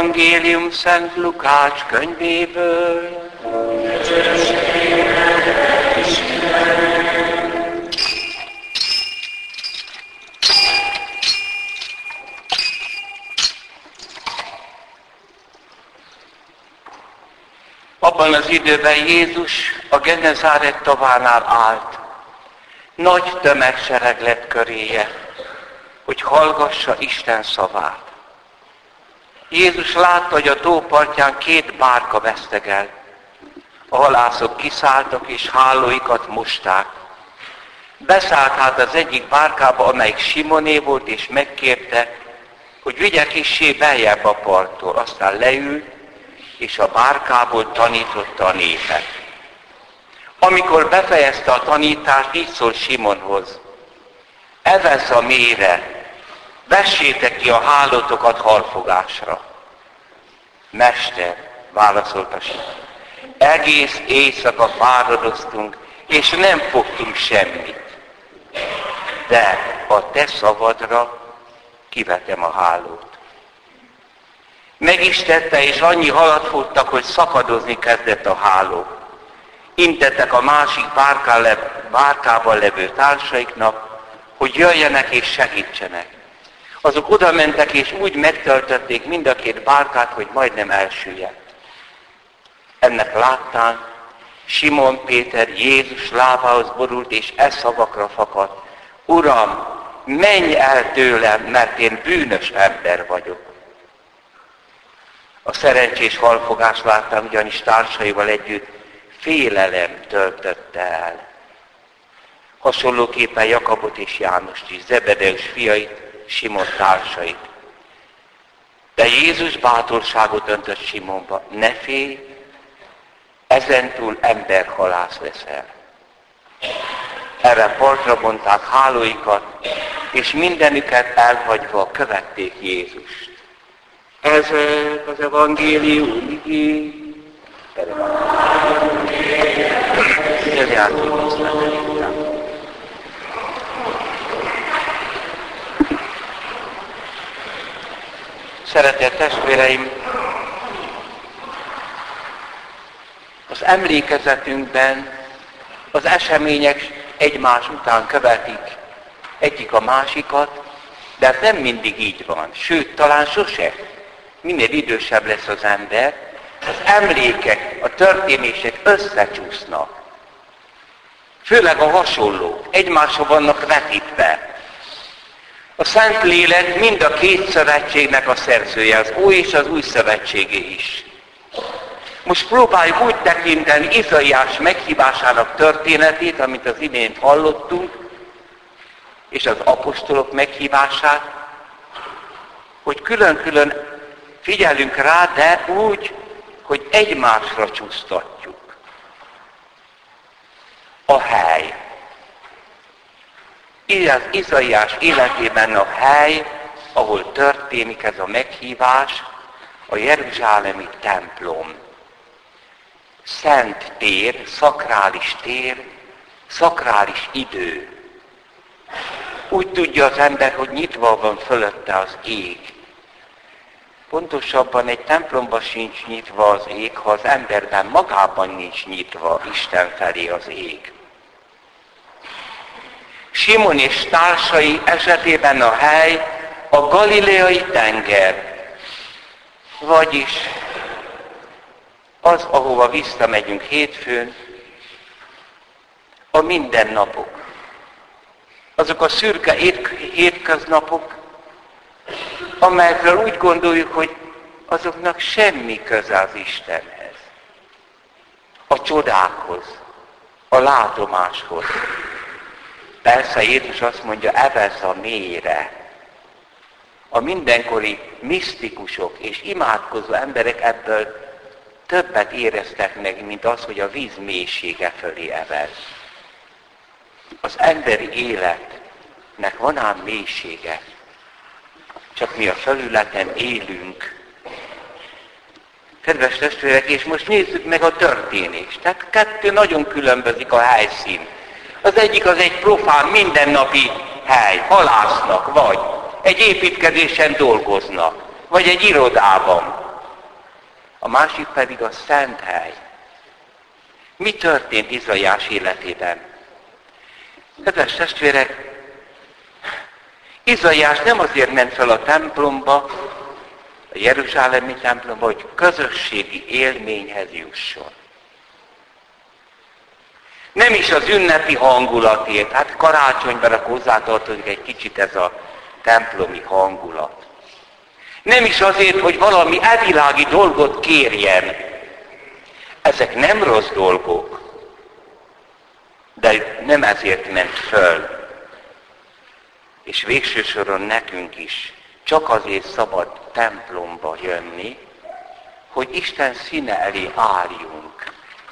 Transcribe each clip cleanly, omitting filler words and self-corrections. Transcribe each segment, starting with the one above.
Evangélium Szent Lukács könyvéből. Abban az időben Jézus a Genezáret tavánál állt. Nagy tömegsereg lett köréje, hogy hallgassa Isten szavát. Jézus látta, hogy a tó partján 2 bárka vesztegel. A halászok kiszálltak és hálóikat mosták. Beszállt hát az egyik bárkába, amelyik Simoné volt, és megkérte, hogy vigye kissé beljebb a parttól. Aztán leült, és a bárkából tanította a népet. Amikor befejezte a tanítást, így szól Simonhoz: evesz a mélyre, vessétek ki a hálótokat halfogásra. Mester, válaszolta Simon, egész éjszaka fáradoztunk, és nem fogtunk semmit. De a te szavadra kivetem a hálót. Meg is tette, és annyi halat fogtak, hogy szakadozni kezdett a háló. Intettek a másik bárkában levő társaiknak, hogy jöjjenek és segítsenek. Azok oda mentek, és úgy megtöltötték mind a 2 bárkát, hogy majdnem elsüllyedt. Ennek láttán Simon Péter Jézus lábához borult, és szavakra fakadt: Uram, menj el tőlem, mert én bűnös ember vagyok. A szerencsés halfogás láttán ugyanis társaival együtt félelem töltötte el. Hasonlóképpen Jakabot és Jánost is, Zebedeus fiait, Simon társait. De Jézus bátorságot öntött Simonba: ne félj, ezentúl emberhalász leszel. Erre partra bonták hálóikat, és mindenüket elhagyva követték Jézust. Ez az evangélium igény. Szeretett testvéreim, az emlékezetünkben az események egymás után követik egyik a másikat, de ez nem mindig így van, sőt, talán sose. Minél idősebb lesz az ember, az emlékek, a történések összecsúsznak. Főleg a hasonlók, egymásra vannak vetítve. A Szentlélek mind a 2 szövetségnek a szerzője, az Ói és az Új Szövetségé is. Most próbáljuk úgy tekinteni Izaiás meghívásának történetét, amit az imént hallottunk, és az apostolok meghívását, hogy külön-külön figyelünk rá, de úgy, hogy egymásra csúsztatjuk. A hely. Az Izaiás életében a hely, ahol történik ez a meghívás, a jeruzsálemi templom. Szent tér, szakrális idő. Úgy tudja az ember, hogy nyitva van fölötte az ég. Pontosabban egy templomban sincs nyitva az ég, ha az emberben magában nincs nyitva Isten felé az ég. Simon és társai esetében a hely a Galileai tenger, vagyis az, ahova visszamegyünk hétfőn, a mindennapok. Azok a szürke hétköznapok, amelyekről úgy gondoljuk, hogy azoknak semmi köze az Istenhez. A csodákhoz, a látomáshoz. Persze Jézus azt mondja, evesz a mélyre. A mindenkori misztikusok és imádkozó emberek ebből többet éreztek meg, mint az, hogy a víz mélysége fölé evez. Az emberi életnek van ám mélysége. Csak mi a felületen élünk. Kedves testvérek, és most nézzük meg a történést. Tehát 2 nagyon különbözik a helyszín. Az egyik az egy profán, mindennapi hely, halásznak, vagy egy építkezésen dolgoznak, vagy egy irodában. a másik pedig a szent hely. Mi történt Izaiás életében? Kedves testvérek, Izaiás nem azért ment fel a templomba, a jeruzsálemi templomba, hogy közösségi élményhez jusson. Nem is az ünnepi hangulatért, hát karácsonyban akkor hozzátartozik egy kicsit ez a templomi hangulat. Nem is azért, hogy valami evilági dolgot kérjen. Ezek nem rossz dolgok, de nem ezért ment föl. És végső soron nekünk is csak azért szabad templomba jönni, hogy Isten színe elé álljunk.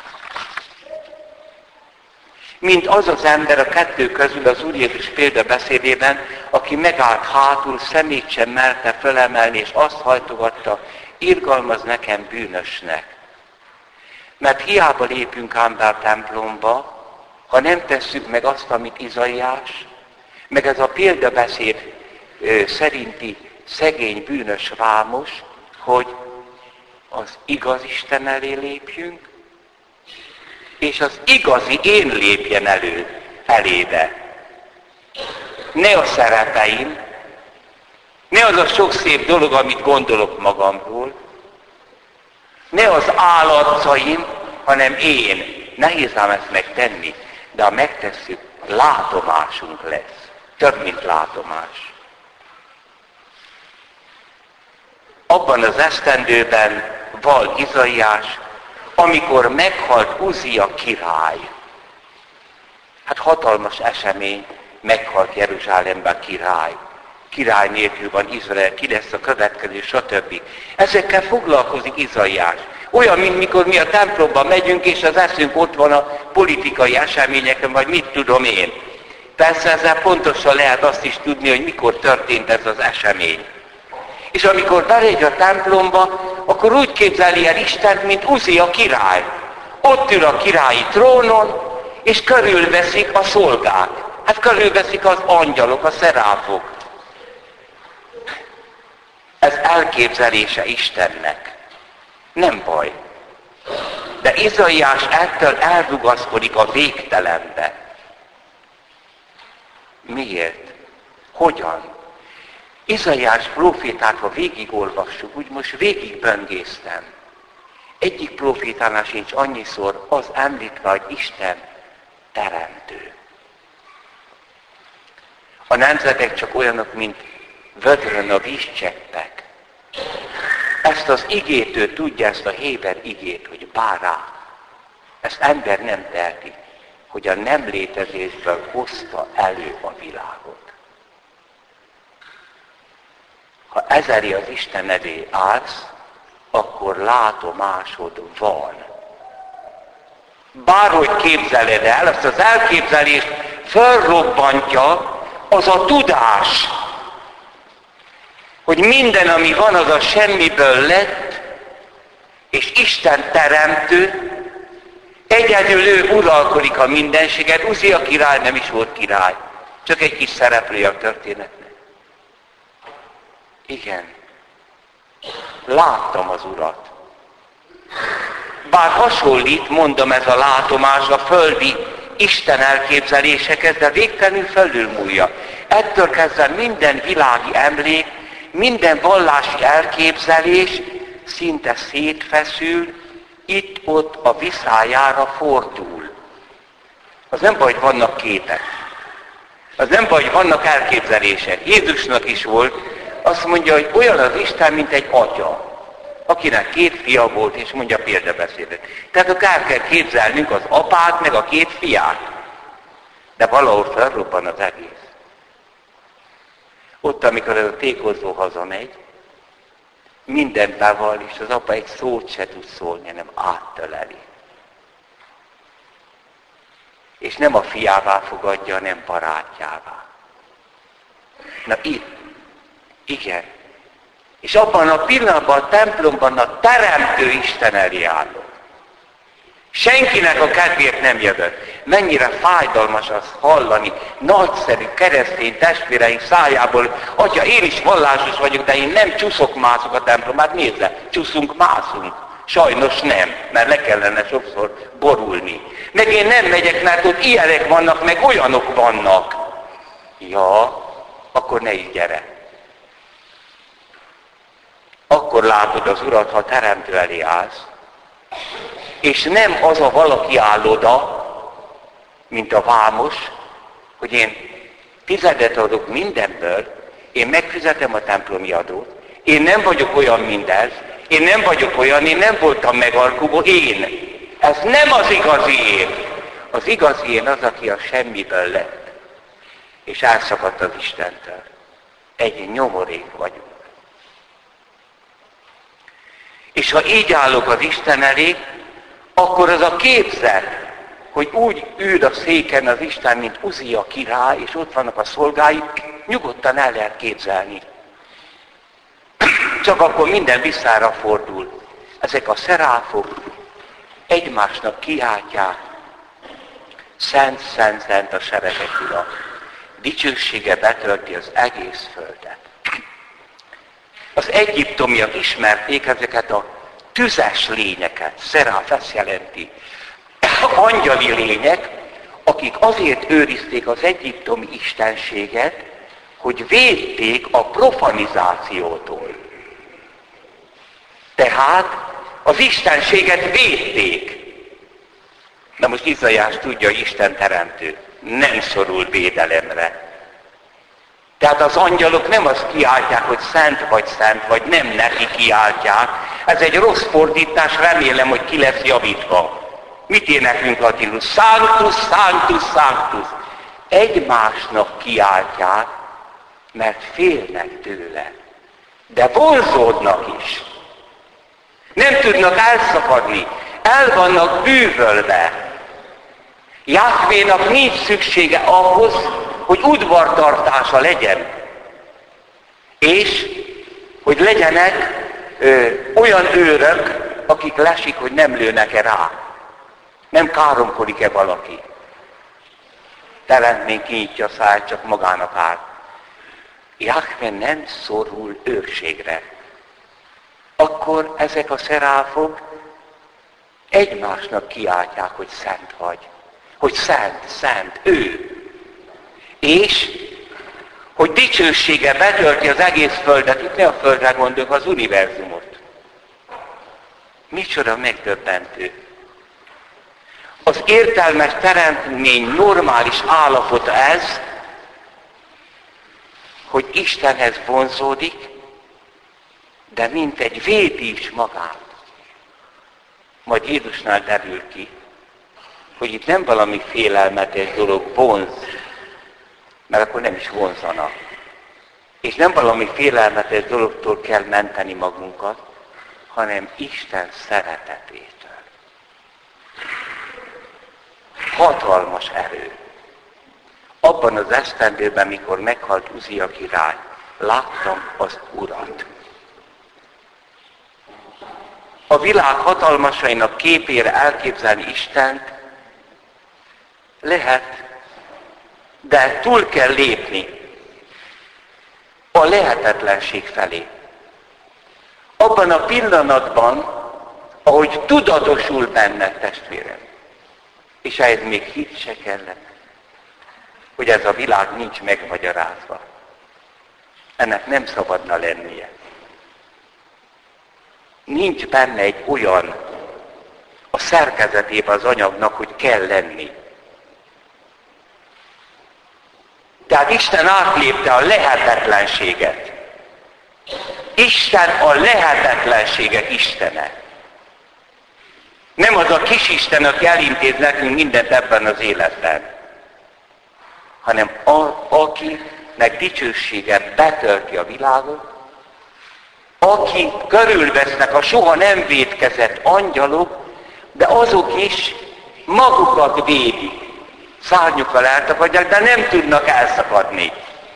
Mint az az ember a kettő közül az Úr Jézus példabeszédében, aki megállt hátul, szemét sem merte fölemelni, és azt hajtogatta, irgalmaz nekem bűnösnek. Mert hiába lépünk ám be a templomba, ha nem tesszük meg azt, amit Izaiás, meg ez a példabeszéd szerinti szegény bűnös vámos, hogy az igaz Isten elé lépjünk, és az igazi én lépjen elébe. Ne a szerepeim, ne az a sok szép dolog, amit gondolok magamról, ne az állarcaim, hanem én. Nehéz ám ezt megtenni, de ha megtesszük, látomásunk lesz. Több, mint látomás. Abban az esztendőben val Izaiás, amikor meghalt Uzia király. Hát hatalmas esemény, meghalt Jeruzsálemben király. Király nélkül van Izrael, ki lesz a következő, stb. Ezekkel foglalkozik Izaiás. Olyan, mint mikor mi a templomba megyünk, és az eszünk ott van a politikai eseményeken, vagy mit tudom én. Persze ezzel pontosan lehet azt is tudni, hogy mikor történt ez az esemény. És amikor bemegy a templomba, akkor úgy képzeli el Istent, mint Uzia király. Ott ül a királyi trónon, és körülveszik a szolgák. Hát körülveszik az angyalok, a szeráfok. Ez elképzelése Istennek. Nem baj. De Izaiás ettől elrugaszkodik a végtelenbe. Miért? Hogyan? Izaiás prófétát, ha végigolvassuk, úgy most végigböngésztem. Egyik prófétánál sincs annyiszor az említve, hogy Isten teremtő. A nemzetek csak olyanok, mint vödrön a vízcseppek. Ezt az igétől tudja, ezt a héber igét, hogy bárá. Ezt ember nem teheti, hogy a nem létezésből hozta elő a világot. Ha ezeri az Isten elé állsz, akkor látomásod van. Bárhogy képzeled el, azt az elképzelést felrobbantja az a tudás, hogy minden, ami van, az a semmiből lett, és Isten teremtő, egyedül ő uralkodik a mindenséget. Uzia király nem is volt király, csak egy kis szereplője a történetnek. Igen, láttam az Urat. Bár hasonlít, mondom, ez a látomás a földi Isten elképzelésekhez, de végtelenül felülmúlja. Ettől kezdve minden világi emlék, minden vallási elképzelés szinte szétfeszül, itt-ott a viszályára fordul. Az nem baj, hogy vannak képek. Az nem baj, hogy vannak elképzelések. Jézusnak is volt, azt mondja, hogy olyan az Isten, mint egy atya, akinek 2 fia volt, és mondja példabeszédet. Tehát akkor el kell képzelnünk az apát, meg a 2 fiát. De valahol felrobban az egész. Ott, amikor ez a tékozó hazamegy, mindent beval, és az apa egy szót se tud szólni, hanem áttöleli. És nem a fiává fogadja, hanem barátjává. Na itt, igen. És abban a pillanatban a templomban a teremtő Isten elé állok. Senkinek a kedvéért nem jövök. Mennyire fájdalmas azt hallani nagyszerű keresztény testvéreink szájából, atya, én is vallásos vagyok, de én nem csúszok-mászok a templomban. Hát nézd le, csúszunk-mászunk. Sajnos nem, mert le kellene sokszor borulni. Meg én nem megyek, mert ott ilyenek vannak, meg olyanok vannak. Ja, akkor ne is gyere. Akkor látod az Urat, ha teremtő elé állsz. És nem az a valaki áll oda, mint a vámos, hogy én 10 adok mindenből, én megfizetem a templomi adót, én nem vagyok olyan mindez, én nem vagyok olyan, én nem voltam megalkuvó, én. Ez nem az igazi én. Az igazi én az, aki a semmiből lett, és elszakadt az Istentől. Egy nyomorék vagyunk. És ha így állok az Isten elé, akkor az a képzet, hogy úgy ül a széken az Isten, mint Uzia király, és ott vannak a szolgái, nyugodtan el lehet képzelni. Csak akkor minden visszára fordul. Ezek a szeráfok egymásnak kiáltják, szent, szent, szent a seregek Ura. Dicsősége betölti az egész földet. Az egyiptomiak ismerték ezeket a tüzes lényeket, szeráf ezt jelenti. Angyali lények, akik azért őrizték az egyiptomi istenséget, hogy védték a profanizációtól. Tehát az istenséget védték. Na most Izaiás tudja, hogy Isten teremtő. Nem szorul védelemre. Tehát az angyalok nem azt kiáltják, hogy szent, vagy nem neki kiáltják. Ez egy rossz fordítás, remélem, hogy ki lesz javítva. Mit éneklünk latinul? Sanctus, Sanctus, Sanctus. Egymásnak kiáltják, mert félnek tőle. De vonzódnak is. Nem tudnak elszakadni. El vannak bűvölve. Jahvénak nincs szüksége ahhoz, hogy udvartartása legyen. És hogy legyenek olyan őrök, akik lesik, hogy nem lőnek-e rá. Nem káromkodik-e valaki. Teremtmény kinyitja a száját, csak magának áll. Jahve nem szorul őrségre. Akkor ezek a szeráfok egymásnak kiáltják, hogy szent vagy. Hogy szent, szent, ő. És hogy dicsősége betölti az egész földet, itt ne a földre gondoljuk, az univerzumot. Micsoda megdöbbentő. Az értelmes teremtmény normális állapota ez, hogy Istenhez vonzódik, de mint egy védi is magát. Majd Jézusnál derül ki, hogy itt nem valami félelmetes dolog vonz, mert akkor nem is vonzana. És nem valami félelmetes dologtól kell menteni magunkat, hanem Isten szeretetétől. Hatalmas erő. Abban az esztendőben, mikor meghalt Uzia király, láttam az Urat. A világ hatalmasainak képére elképzelni Istent lehet, de túl kell lépni a lehetetlenség felé. Abban a pillanatban, ahogy tudatosul benned, testvérem, és ehhez még hit se kellett, hogy ez a világ nincs megmagyarázva. Ennek nem szabadna lennie. Nincs benne egy olyan a szerkezetében az anyagnak, hogy kell lenni. Tehát Isten átlépte a lehetetlenséget. Isten a lehetetlenségek Istene. Nem az a kis Isten, aki elintéz nekünk mindent ebben az életben, hanem akinek dicsősége betölti a világot, aki körülvesznek a soha nem vétkezett angyalok, de azok is magukat védik. Szárnyukkal eltapadják, de nem tudnak elszakadni.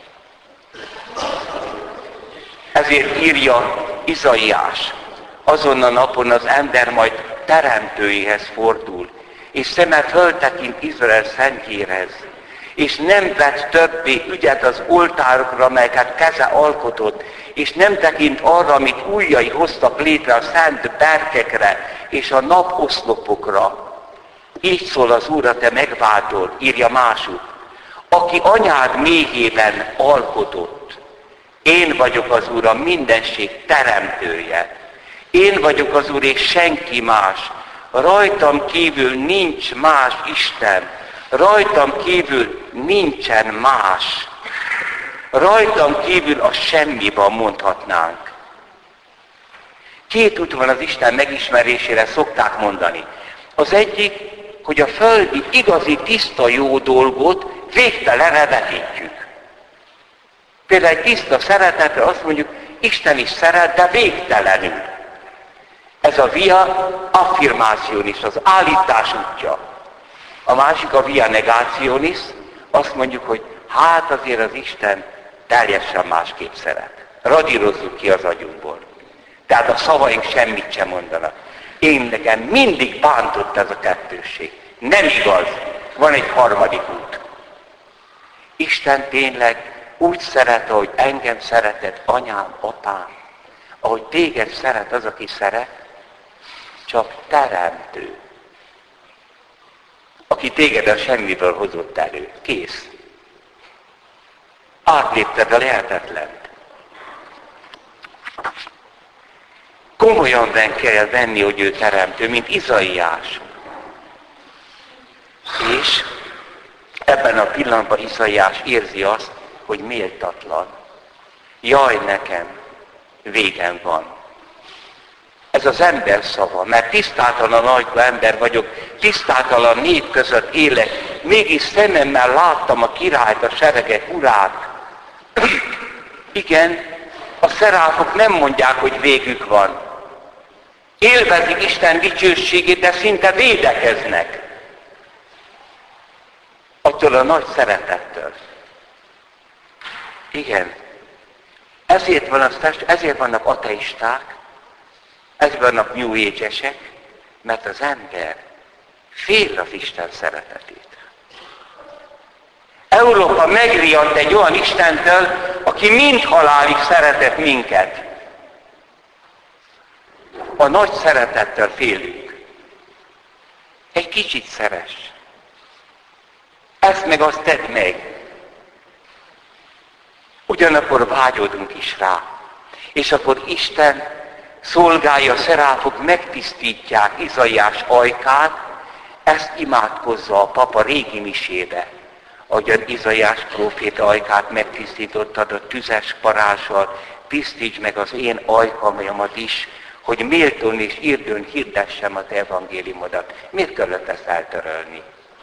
Ezért írja Izaiás, azon a napon az ember majd teremtőjéhez fordul, és szeme föltekint Izrael szentjéhez, és nem vett többé ügyet az oltárokra, amelyeket keze alkotott, és nem tekint arra, amit ujjai hoztak létre a szent berkekre és a naposzlopokra. Így szól az Úr, a te megváltod, írja másút, aki anyád méhében alkotott. Én vagyok az Úr, a mindenség teremtője. Én vagyok az Úr, és senki más. Rajtam kívül nincs más Isten. Rajtam kívül nincsen más. Rajtam kívül a semmiban mondhatnánk. Két út van az Isten megismerésére, szokták mondani. Az egyik, hogy a földi, igazi, tiszta, jó dolgot végtelenre vetítjük. Például egy tiszta szeretetre azt mondjuk, Isten is szeret, de végtelenül. Ez a via affirmationis, az állítás útja. A másik a via negationis, azt mondjuk, hogy hát azért az Isten teljesen másképp szeret. Radírozzuk ki az agyunkból. Tehát a szavaink semmit sem mondanak. Én nekem mindig bántott ez a kettősség. Nem igaz. Van egy harmadik út. Isten tényleg úgy szeret, ahogy engem szeretett anyám, apám, ahogy téged szeret az, aki szeret, csak teremtő. Aki téged a semmiből hozott elő. Kész. Átlépted a lehetetlent. Komolyan kell venni, hogy ő teremtő, mint Izaiás. És ebben a pillanatban Izaiás érzi azt, hogy méltatlan. Jaj nekem, végem van. Ez az ember szava, mert tisztátalan ajkú ember vagyok, tisztátalan nép között élek, mégis szememmel láttam a királyt, a seregek urát. Igen, a szeráfok nem mondják, hogy végük van. Élvezik Isten dicsőségét, de szinte védekeznek. Attól a nagy szeretettől. Igen. Ezért vannak ateisták, ezért vannak New Age-esek, mert az ember fél az Isten szeretetét. Európa megriadt egy olyan Istentől, aki mind halálig szeretett minket. A nagy szeretettől félünk. Egy kicsit szeress. Ezt meg azt tedd meg. Ugyanakkor vágyodunk is rá. És akkor Isten szolgálja, a szeráfok megtisztítják Izaiás ajkát, ezt imádkozza a papa régi misébe. Ahogyan Izaiás próféta ajkát megtisztítottad a tüzes parással, tisztíts meg az én ajkamat is, hogy méltón és irdőn hirdessem az evangéliumodat. Miért kellett ezt eltörölni?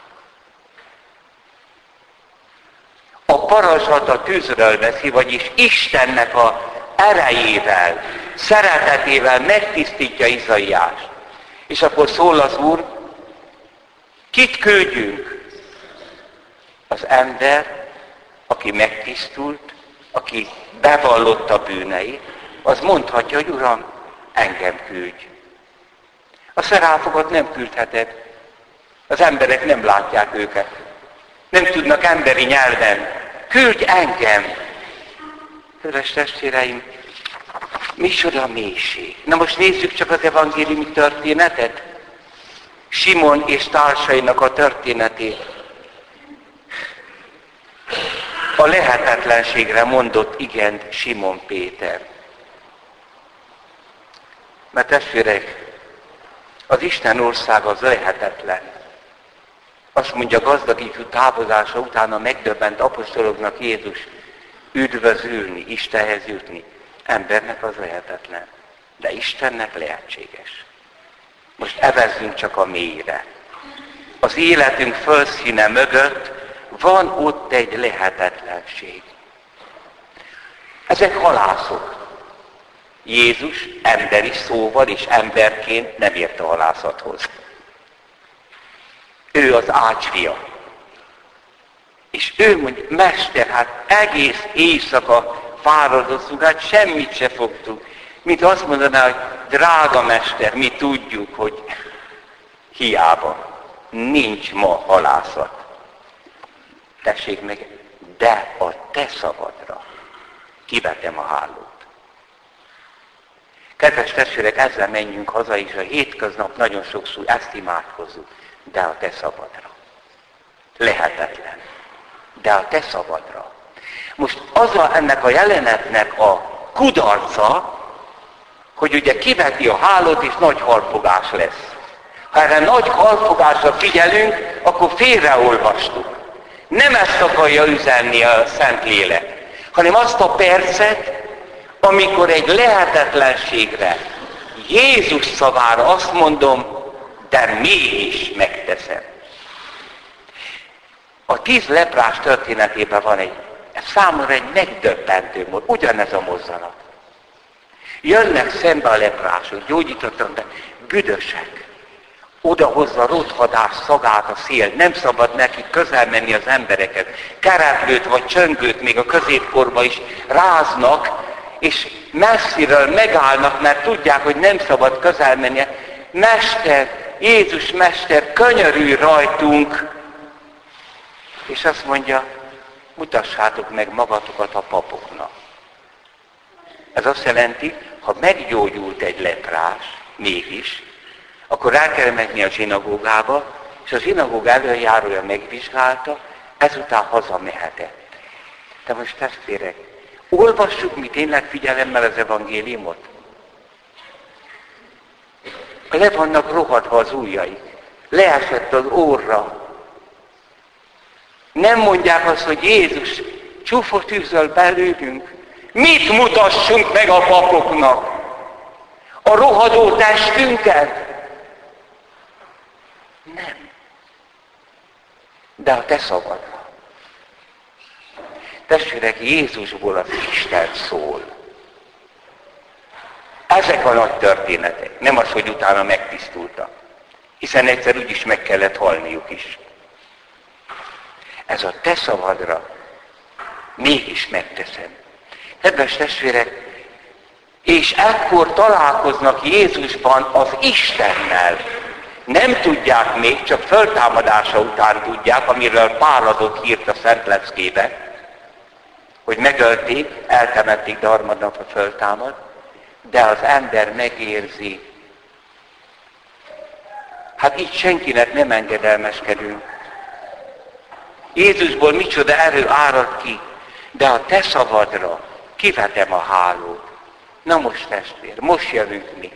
A parazsat a tűzről veszi, vagyis Istennek a erejével, szeretetével megtisztítja Izaiást. És akkor szól az Úr, kit küldjünk? Az ember, aki megtisztult, aki bevallotta bűneit, az mondhatja, hogy Uram, engem küldj. A szeráfokat nem küldheted. Az emberek nem látják őket. Nem tudnak emberi nyelven. Küldj engem! Kedves testvéreim, micsoda mélység. Na most nézzük csak az evangéliumi történetet. Simon és társainak a történetét. A lehetetlenségre mondott igent Simon Péter. Mert testvérek, az Isten ország az lehetetlen. Azt mondja gazdag ifjú távozása után a megdöbbent apostoloknak Jézus, üdvözülni, Istenhez jutni. Embernek az lehetetlen, de Istennek lehetséges. Most evezzünk csak a mélyre. Az életünk fölszíne mögött van ott egy lehetetlenség. Ezek halászok. Jézus emberi szóval és emberként nem ért a halászathoz. Ő az ácsfia. És ő mondja, Mester, hát egész éjszaka fáradoztunk, hát semmit se fogtunk. Mint azt mondaná, hogy drága Mester, mi tudjuk, hogy hiába nincs ma halászat. Tessék meg, de a te szabadra kivetem a hálót. Kedves testvérek, ezzel menjünk haza, és a hétköznap nagyon sokszor ezt imádkozzuk. De a te szabadra. Lehetetlen. De a te szabadra. Most az ennek a jelenetnek a kudarca, hogy ugye kiveti a hálót, és nagy halfogás lesz. Ha erre nagy halfogásra figyelünk, akkor félreolvastuk. Nem ezt akarja üzenni a Szentlélek, hanem azt a percet, amikor egy lehetetlenségre, Jézus szavára azt mondom, de mégis megteszem. A 10 leprás történetében van számomra egy megdöbbentő mód, ugyanez a mozzanat. Jönnek szembe a leprások, gyógyítottam, de büdösek. Odahozza rothadás szagát a szél, nem szabad neki közel menni az embereket. Kereplőt vagy csöngőt még a középkorban is ráznak, és messziről megállnak, mert tudják, hogy nem szabad közel mennie. Mester, Jézus Mester, könyörülj rajtunk! És azt mondja, mutassátok meg magatokat a papoknak. Ez azt jelenti, ha meggyógyult egy leprás, mégis, akkor rá kell menni a zsinagógába, és a zsinagóga előjárója megvizsgálta, ezután hazamehetett. De most testvérek, olvassuk mi tényleg figyelemmel az evangéliumot. Le vannak rohadva az ujjaik. Leesett az orra. Nem mondják azt, hogy Jézus csúfot űzöl belőlünk. Mit mutassunk meg a papoknak? A rohadó testünket? Nem. De a te szabadra. Testvérek, Jézusból az Isten szól. Ezek a nagy történetek. Nem az, hogy utána megtisztultak. Hiszen egyszer úgyis meg kellett halniuk is. Ez a te szabadra mégis megteszem. Kedves testvérek, és ekkor találkoznak Jézusban az Istennel. Nem tudják még, csak föltámadása után tudják, amiről Pál adott hírt a Szent Leckébe, hogy megölték, eltemették, de harmadnapra föltámad, de az ember megérzi. Hát így senkinek nem engedelmeskedünk. Jézusból micsoda erő árad ki, de a te szavadra kivetem a hálót. Na most testvér, most jövünk mi.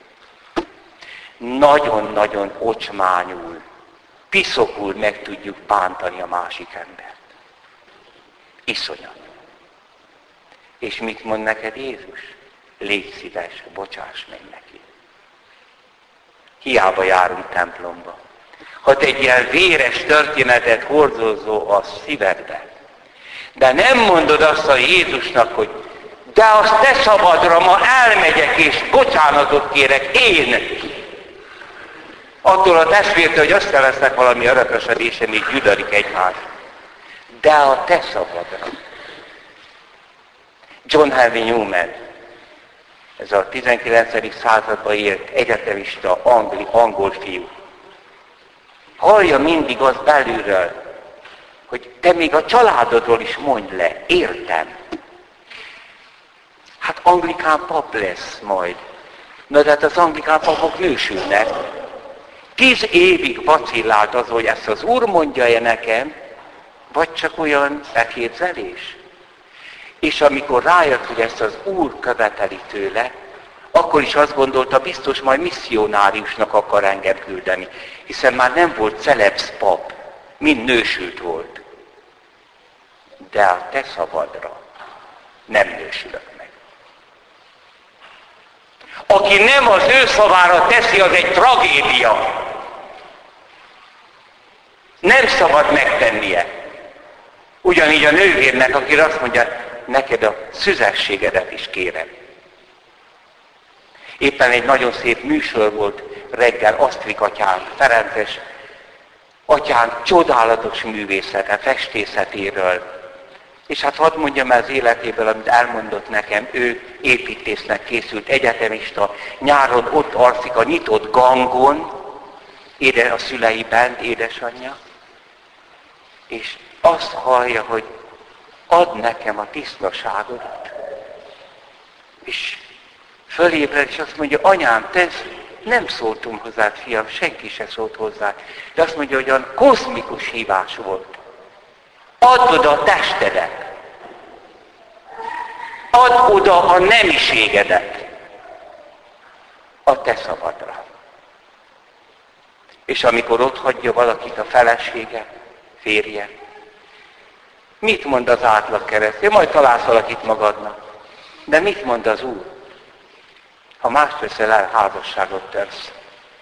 Nagyon-nagyon ocsmányul, piszokul meg tudjuk bántani a másik embert. Iszonyat. És mit mond neked Jézus? Légy szíves, bocsáss meg neki. Hiába járunk templomba. Ha te egy ilyen véres történetet hordozol a szívedbe, de nem mondod azt a Jézusnak, hogy de azt te szabadra, ma elmegyek és bocsánatot kérek én. Attól a testvértől, hogy összevesznek valami örökösödésen, így gyüdölik egymást. De a te szabadra. John Henry Newman, ez a 19. században élt egyetemista angol fiú. Hallja mindig azt belülről, hogy te még a családodról is mondj le, értem. Hát anglikán pap lesz majd. Na de hát az anglikán papok nősülnek. 10 évig vacillált az, hogy ezt az Úr mondja-e nekem, vagy csak olyan elképzelés. És amikor rájött, hogy ezt az Úr követeli tőle, akkor is azt gondolta, biztos majd misszionáriusnak akar engem küldeni. Hiszen már nem volt celebsz pap, mind nősült volt. De a te szabadra nem nősülök meg. Aki nem az ő szavára teszi, az egy tragédia. Nem szabad megtennie. Ugyanígy a nővérnek, akire azt mondja, neked a szüzességedet is kérem. Éppen egy nagyon szép műsor volt reggel Asztrik atyánk, Ferences atyánk csodálatos művészete, festészetéről. És hát hadd mondjam el az életéből, amit elmondott nekem, ő építésznek készült egyetemista, nyáron ott alszik a nyitott gangon, a szülei bent, édesanyja, és azt hallja, hogy add nekem a tisztaságot, és fölébred, és azt mondja, anyám, te nem szóltunk hozzád, fiam, senki se szólt hozzá. De azt mondja, hogy olyan kozmikus hívás volt. Add oda a testedet. Add oda a nemiségedet a te szabadra. És amikor ott hagyja valakit a felesége, férje, mit mond az átlag keresztény? Majd találsz valakit magadnak. De mit mond az Úr? Ha mást veszel el, házasságot törsz.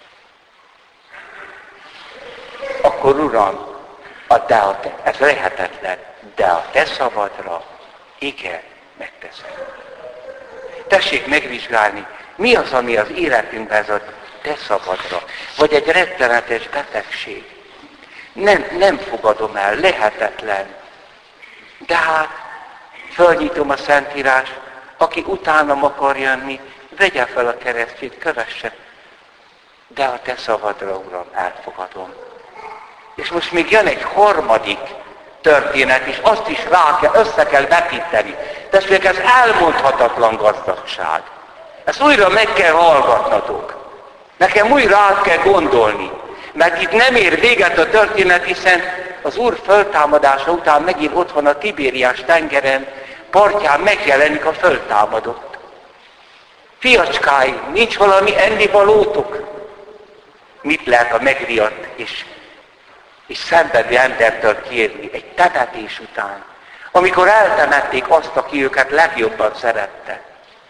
Akkor Uram, ez lehetetlen, de a te szabadra, igen, megteszem. Tessék megvizsgálni, mi az, ami az életünkben ez a te szabadra, vagy egy rettenetes betegség. Nem fogadom el, lehetetlen. De hát, fölnyitom a Szentírást, aki utánam akar jönni, vegye fel a keresztjét, kövesse. De a te szabadra, Uram, elfogadom. És most még jön egy harmadik történet, és azt is össze kell vetíteni. Testvérek, ez elmondhatatlan gazdagság. Ezt újra meg kell hallgatnatok. Nekem újra át kell gondolni. Mert itt nem ér véget a történet, hiszen az Úr föltámadása után megint ott van a Tibériás tengeren, partján megjelenik a föltámadott. Fiacskáim, nincs valami ennivalótok? Mit lehet a megriadt és szenvedő embertől kérni egy temetés után, amikor eltemették azt, aki őket legjobban szerette?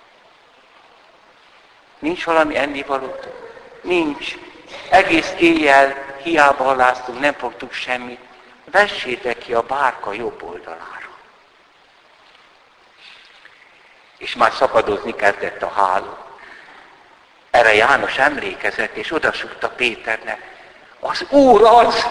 Nincs valami ennivalótok? Nincs. Egész éjjel hiába haláztunk, nem fogtuk semmit. Vessétek ki a bárka jobb oldalára. És már szakadozni kezdett a háló. Erre János emlékezett, és odasúgta Péternek. Az Úr az!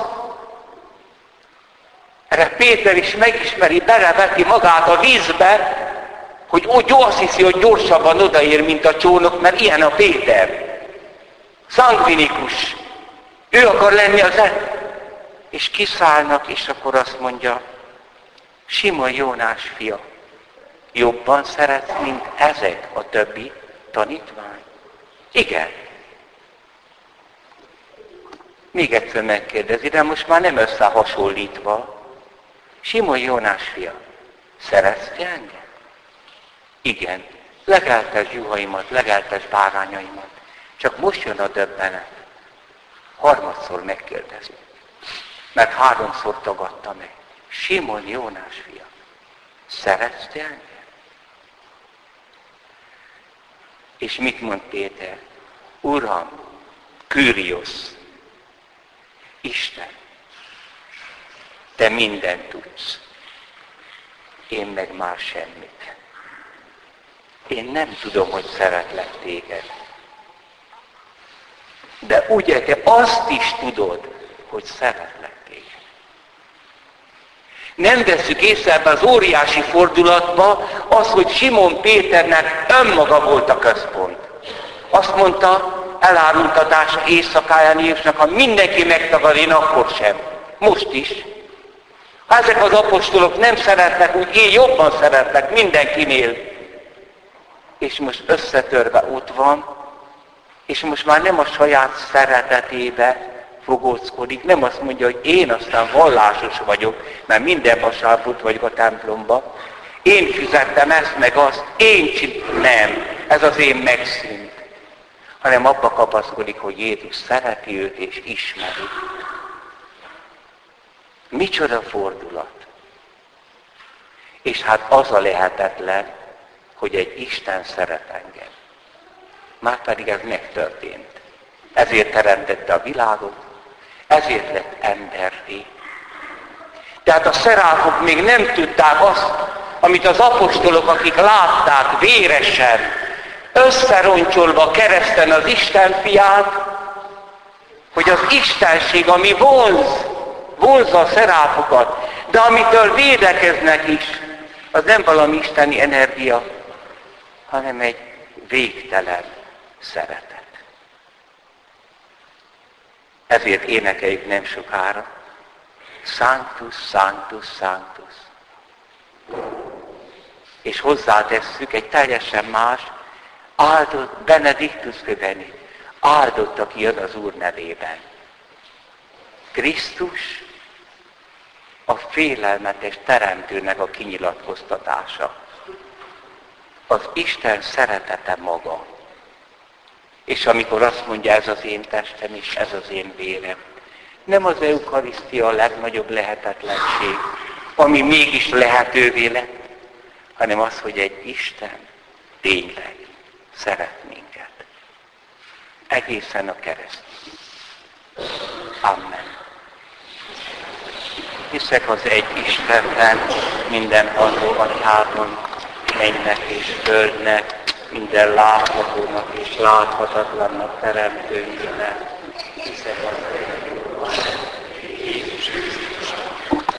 Erre Péter is megismeri, beleveti magát a vízbe, hogy úgy azt hiszi, hogy gyorsabban odaér, mint a csónok, mert ilyen a Péter. Szangvinikus. Ő akar lenni az és kiszállnak, és akkor azt mondja, Simon Jónás fia, jobban szeretsz, mint ezek a többi tanítvány? Igen. Még egyszer megkérdezi, de most már nem összehasonlítva. Simon Jónás fia, szeretsz te engem? Igen. Legeltes juhaimat, legeltes bárányaimat. Csak most jön a döbbenet. Harmadszor megkérdezi. Mert 3-szor tagadta meg. Simon Jónás fia, szeretsz te engem? És mit mond Péter? Uram, Kyrios, Isten, te mindent tudsz. Én meg már semmit. Én nem tudom, hogy szeretlek téged. De ugye te azt is tudod, hogy szeretlek téged. Nem vesszük észre ebbe az óriási fordulatba az, hogy Simon Péternek önmaga volt a központ. Azt mondta, elárultatása éjszakáján Jézusnak, ha mindenki megtagad, én akkor sem. Most is. Ha ezek az apostolok nem szeretnek, úgy én jobban szeretnek mindenkinél. És most összetörve ott van, és most már nem a saját szeretetébe fogózkodik, nem azt mondja, hogy én aztán vallásos vagyok, mert minden vasárnap vagyok a templomba, én fizettem ezt meg azt, nem, ez az én megszűnt. Hanem abba kapaszkodik, hogy Jézus szereti őt és ismeri. Micsoda fordulat. És hát az a lehetetlen, hogy egy Isten szeret engem. Márpedig ez megtörtént. Ezért teremtette a világot, ezért lett emberré. Tehát a szeráfok még nem tudták azt, amit az apostolok, akik látták véresen, összeroncsolva a kereszten az Isten fiát, hogy az Istenség, ami vonzza a szeráfokat, de amitől védekeznek is, az nem valami isteni energia, hanem egy végtelen szeretet. Ezért énekeljük nem sokára. Sanctus, Sanctus, Sanctus. És hozzátesszük egy teljesen más, áldott, benediktus föveni, áldott, aki jön az Úr nevében. Krisztus a félelmetes teremtőnek a kinyilatkoztatása. Az Isten szeretete maga. És amikor azt mondja, ez az én testem és ez az én vérem, nem az eukarisztia a legnagyobb lehetetlenség, ami mégis lehetővé lett, hanem az, hogy egy Isten tényleg szeret minket. Egészen a keresztig. Amen. Hiszek az egy Istenben, mindenható Atyában, mennynek és földnek, minden láthatónak és láthatatlannak teremtőjének,